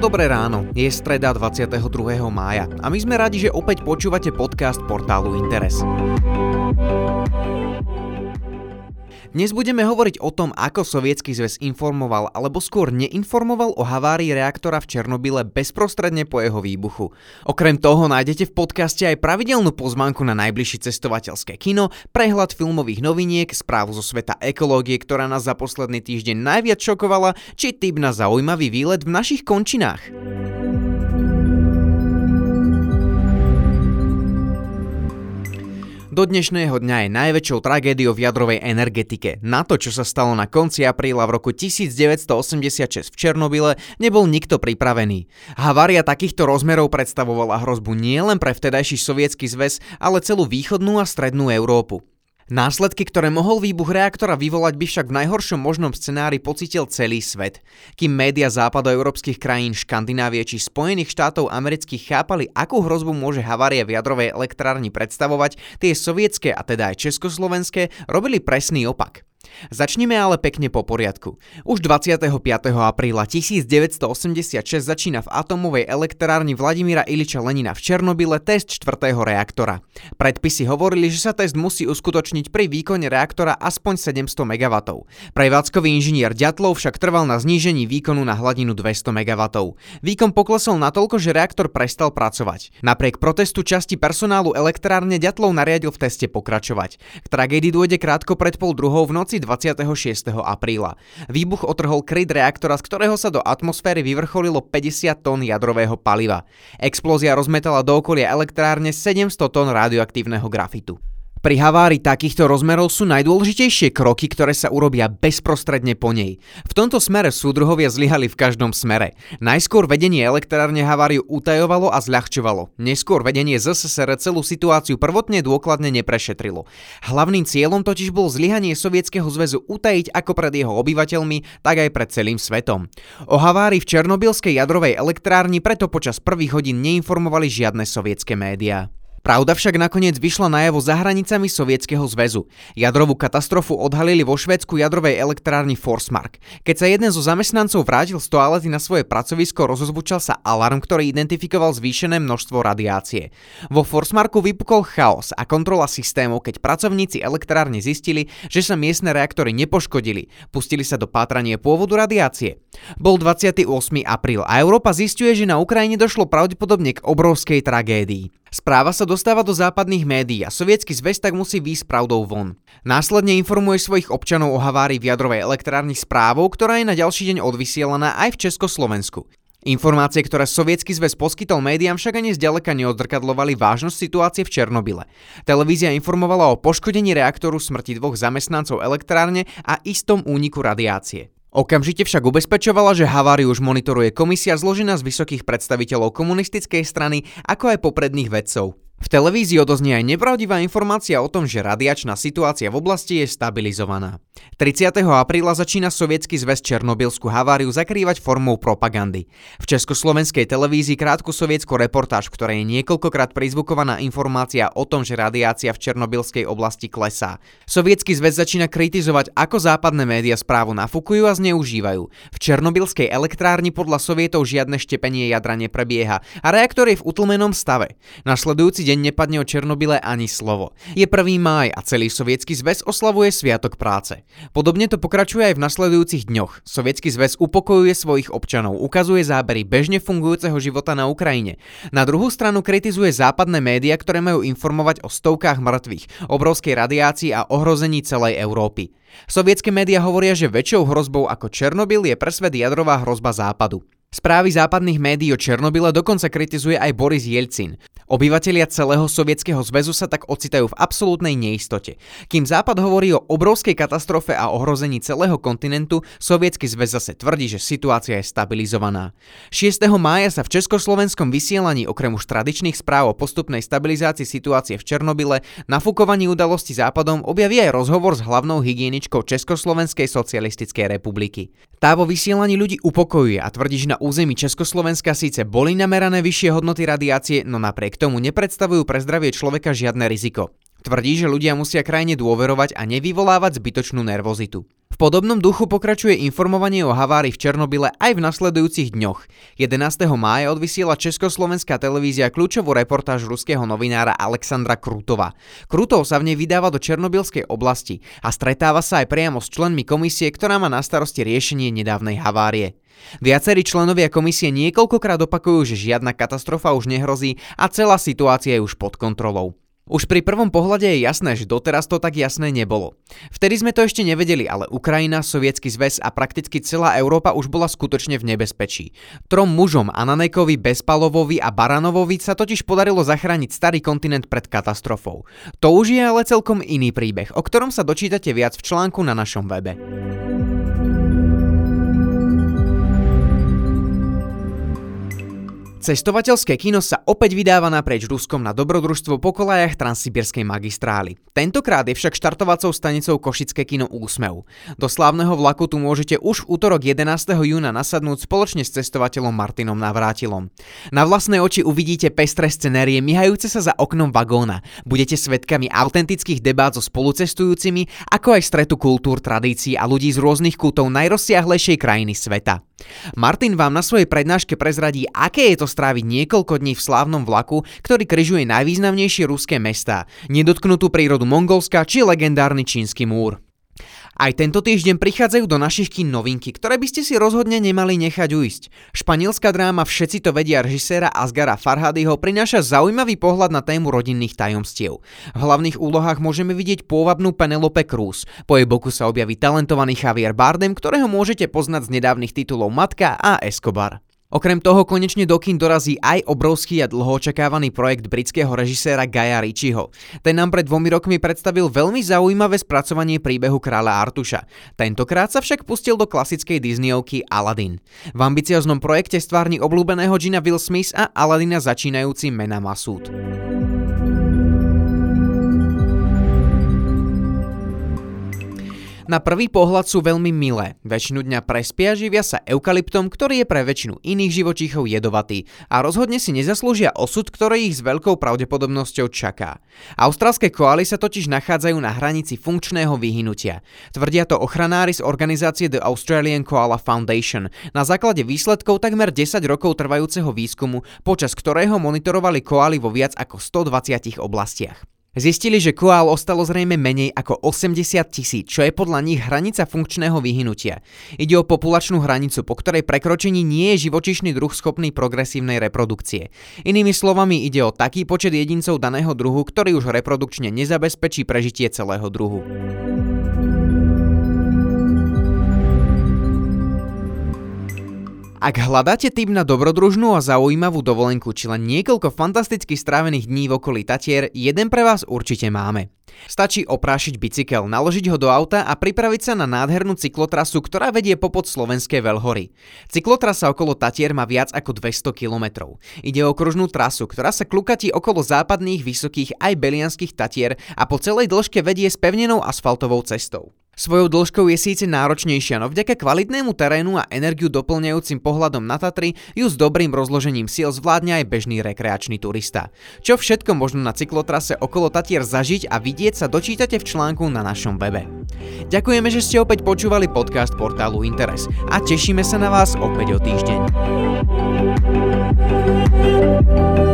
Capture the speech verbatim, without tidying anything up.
Dobré ráno, je streda dvadsiateho druhého mája a my sme radi, že opäť počúvate podcast portálu Interes. Dnes budeme hovoriť o tom, ako Sovietsky zväz informoval alebo skôr neinformoval o havárii reaktora v Černobyle bezprostredne po jeho výbuchu. Okrem toho nájdete v podcaste aj pravidelnú pozvánku na najbližšie cestovateľské kino, prehľad filmových noviniek, správu zo sveta ekológie, ktorá nás za posledný týždeň najviac šokovala, či tip na zaujímavý výlet v našich končinách. Do dnešného dňa je najväčšou tragédiou v jadrovej energetike. Na to, čo sa stalo na konci apríla v roku devätnásťstoosemdesiatšesť v Černobyle, nebol nikto pripravený. Havária takýchto rozmerov predstavovala hrozbu nielen pre vtedajší Sovietsky zväz, ale celú východnú a strednú Európu. Následky, ktoré mohol výbuch reaktora vyvolať, by však v najhoršom možnom scenári pocítil celý svet. Kým médiá západoeurópskych krajín, Škandinávie či Spojených štátov amerických chápali, akú hrozbu môže havária v jadrovej elektrárni predstavovať, tie sovietské a teda aj československé robili presný opak. Začneme ale pekne po poriadku. Už dvadsiateho piateho apríla devätnásťstoosemdesiatšesť začína v atómovej elektrárni Vladimíra Iliča Lenina v Černobyle test štvrtého reaktora. Predpisy hovorili, že sa test musí uskutočniť pri výkone reaktora aspoň sedemsto megawattov. Prevádzkový inžinier Ďatlov však trval na znížení výkonu na hladinu dvesto megawattov. Výkon poklesol natoľko, že reaktor prestal pracovať. Napriek protestu časti personálu elektrárne Ďatlov nariadil v teste pokračovať. K tragédii dôjde krátko pred pol druhou v noci dvadsiateho šiesteho apríla. Výbuch otrhol kryt reaktora, z ktorého sa do atmosféry vyvrcholilo päťdesiat tón jadrového paliva. Explózia rozmetala do okolia elektrárne sedemsto tón radioaktívneho grafitu. Pri havárii takýchto rozmerov sú najdôležitejšie kroky, ktoré sa urobia bezprostredne po nej. V tomto smere súdruhovia zlyhali v každom smere. Najskôr vedenie elektrárne haváriu utajovalo a zľahčovalo. Neskôr vedenie zet es es er celú situáciu prvotne dôkladne neprešetrilo. Hlavným cieľom totiž bol zlyhanie Sovietskeho zväzu utajiť ako pred jeho obyvateľmi, tak aj pred celým svetom. O havárii v černobylskej jadrovej elektrárni preto počas prvých hodín neinformovali žiadne sovietske médiá. Pravda však nakoniec vyšla najavo za hranicami Sovietskeho zväzu. Jadrovú katastrofu odhalili vo Švédsku jadrovej elektrárni Forsmark. Keď sa jeden zo zamestnancov vrátil z toalety na svoje pracovisko, rozozvučal sa alarm, ktorý identifikoval zvýšené množstvo radiácie. Vo Forsmarku vypukol chaos a kontrola systémov, keď pracovníci elektrárne zistili, že sa miestne reaktory nepoškodili. Pustili sa do pátrania pôvodu radiácie. Bol dvadsiateho ôsmeho apríl a Európa zisťuje, že na Ukrajine došlo pravdepodobne k obrovskej tragédii. Správa sa dostáva do západných médií a Sovietsky zväz tak musí výjsť pravdou von. Následne informuje svojich občanov o havárii v jadrovej elektrárni správou, ktorá je na ďalší deň odvysielaná aj v Československu. Informácie, ktoré Sovietsky zväz poskytol médiám, však ani zďaleka neodzrkadľovali vážnosť situácie v Černobyle. Televízia informovala o poškodení reaktoru, smrti dvoch zamestnancov elektrárne a istom úniku radiácie. Okamžite však ubezpečovala, že haváriu už monitoruje komisia zložená z vysokých predstaviteľov komunistickej strany, ako aj popredných vedcov. V televízii odoznie aj nepravdivá informácia o tom, že radiačná situácia v oblasti je stabilizovaná. tridsiateho apríla začína Sovietsky zväz černobylskú haváriu zakrývať formou propagandy. V československej televízii krátku sovietsku reportáž, v ktorej je niekoľkokrát prizvukovaná informácia o tom, že radiácia v černobylskej oblasti klesá. Sovietsky zväz začína kritizovať, ako západné médiá správu nafúkujú a zneužívajú. V černobylskej elektrárni podľa Sovietov žiadne štepenie jadra neprebieha a reaktor je v utlmenom stave. Nasledujúci deň nepadne o Černobyle ani slovo. Je prvého mája a celý Sovietsky zväz oslavuje Sviatok práce. Podobne to pokračuje aj v nasledujúcich dňoch. Sovietsky zväz upokojuje svojich občanov, ukazuje zábery bežne fungujúceho života na Ukrajine. Na druhú stranu kritizuje západné médiá, ktoré majú informovať o stovkách mŕtvych, obrovskej radiácii a ohrození celej Európy. Sovietske médiá hovoria, že väčšou hrozbou ako Černobyl je pre svet jadrová hrozba západu. Správy západných médií o Černobyle dokonca kritizuje aj Boris Jelcin. Obyvatelia celého Sovietskeho zväzu sa tak ocitajú v absolútnej neistote. Kým Západ hovorí o obrovskej katastrofe a ohrození celého kontinentu, Sovietsky zväz zase tvrdí, že situácia je stabilizovaná. šiesteho mája sa v československom vysielaní okrem už tradičných správ o postupnej stabilizácii situácie v Černobyle, nafúkovaní udalosti Západom objaví aj rozhovor s hlavnou hygieničkou Československej socialistickej republiky. Tá vo vysielaní ľudí upokojuje a tvrdí, že na území Československa síce boli namerané vyššie hodnoty radiácie, no napriek tomu nepredstavujú pre zdravie človeka žiadne riziko. Tvrdí, že ľudia musia krajine dôverovať a nevyvolávať zbytočnú nervozitu. V podobnom duchu pokračuje informovanie o havárii v Černobyle aj v nasledujúcich dňoch. jedenásteho mája odvysiela československá televízia kľúčovú reportáž ruského novinára Alexandra Krutova. Krutov sa v nej vydáva do černobylskej oblasti a stretáva sa aj priamo s členmi komisie, ktorá má na starosti riešenie nedávnej havárie. Viacerí členovia komisie niekoľkokrát opakujú, že žiadna katastrofa už nehrozí a celá situácia je už pod kontrolou. Už pri prvom pohľade je jasné, že doteraz to tak jasné nebolo. Vtedy sme to ešte nevedeli, ale Ukrajina, Sovietsky zväz a prakticky celá Európa už bola skutočne v nebezpečí. Trom mužom, Ananekovi, Bespalovovi a Baranovovi, sa totiž podarilo zachrániť starý kontinent pred katastrofou. To už je ale celkom iný príbeh, o ktorom sa dočítate viac v článku na našom webe. Cestovateľské kino sa opäť vydáva naprieč Ruskom na dobrodružstvo po kolajach Transsibírskej magistrály. Tentokrát je však štartovacou stanicou košické kino Úsmev. Do slávneho vlaku tu môžete už v útorok jedenásteho júna nasadnúť spoločne s cestovateľom Martinom Navrátilom. Na vlastné oči uvidíte pestré scenérie myhajúce sa za oknom vagóna. Budete svedkami autentických debát so spolucestujúcimi, ako aj stretu kultúr, tradícií a ľudí z rôznych kútov najrozsiahlejšej krajiny sveta. Martin vám na svojej prednáške prezradí, aké je to stráviť niekoľko dní v slávnom vlaku, ktorý križuje najvýznamnejšie ruské mestá, nedotknutú prírodu Mongolska či legendárny čínsky múr. Aj tento týždeň prichádzajú do našich kín novinky, ktoré by ste si rozhodne nemali nechať ujsť. Španielská dráma Všetci to vedia režiséra Asghara Farhadiho prináša zaujímavý pohľad na tému rodinných tajomstiev. V hlavných úlohách môžeme vidieť pôvabnú Penelope Cruz. Po jej boku sa objaví talentovaný Javier Bardem, ktorého môžete poznať z nedávnych titulov Matka a Escobar. Okrem toho konečne do kín dorazí aj obrovský a dlho očakávaný projekt britského režiséra Guya Ritchieho. Ten nám pred dvomi rokmi predstavil veľmi zaujímavé spracovanie príbehu kráľa Artuša. Tentokrát sa však pustil do klasickej Disneyovky Aladdin. V ambicioznom projekte stvárni obľúbeného džina Will Smith a Aladdina začínajúci Mena Masud. Na prvý pohľad sú veľmi milé. Väčšinu dňa prespia, živia sa eukalyptom, ktorý je pre väčšinu iných živočíchov jedovatý a rozhodne si nezaslúžia osud, ktorý ich s veľkou pravdepodobnosťou čaká. Austrálske koaly sa totiž nachádzajú na hranici funkčného vyhynutia. Tvrdia to ochranári z organizácie The Australian Koala Foundation na základe výsledkov takmer desať rokov trvajúceho výskumu, počas ktorého monitorovali koaly vo viac ako stodvadsiatich oblastiach. Zistili, že koál ostalo zrejme menej ako osemdesiat tisíc, čo je podľa nich hranica funkčného vyhynutia. Ide o populačnú hranicu, po ktorej prekročení nie je živočíšny druh schopný progresívnej reprodukcie. Inými slovami, ide o taký počet jedincov daného druhu, ktorý už reprodukčne nezabezpečí prežitie celého druhu. Ak hľadáte tip na dobrodružnú a zaujímavú dovolenku či len niekoľko fantasticky strávených dní v okolí Tatier, jeden pre vás určite máme. Stačí oprášiť bicykel, naložiť ho do auta a pripraviť sa na nádhernú cyklotrasu, ktorá vedie popod slovenské Veľhory. Cyklotrasa okolo Tatier má viac ako dvesto kilometrov. Ide o okružnú trasu, ktorá sa klukatí okolo západných, vysokých aj belianských Tatier a po celej dĺžke vedie spevnenou asfaltovou cestou. Svojou dĺžkou je síce náročnejšia, no vďaka kvalitnému terénu a energiu doplňajúcim pohľadom na Tatry ju s dobrým rozložením síl zvládne aj bežný rekreačný turista. Čo všetko možno na cyklotrase okolo Tatier zažiť a vidieť sa dočítate v článku na našom webe. Ďakujeme, že ste opäť počúvali podcast portálu Interes a tešíme sa na vás opäť o týždeň.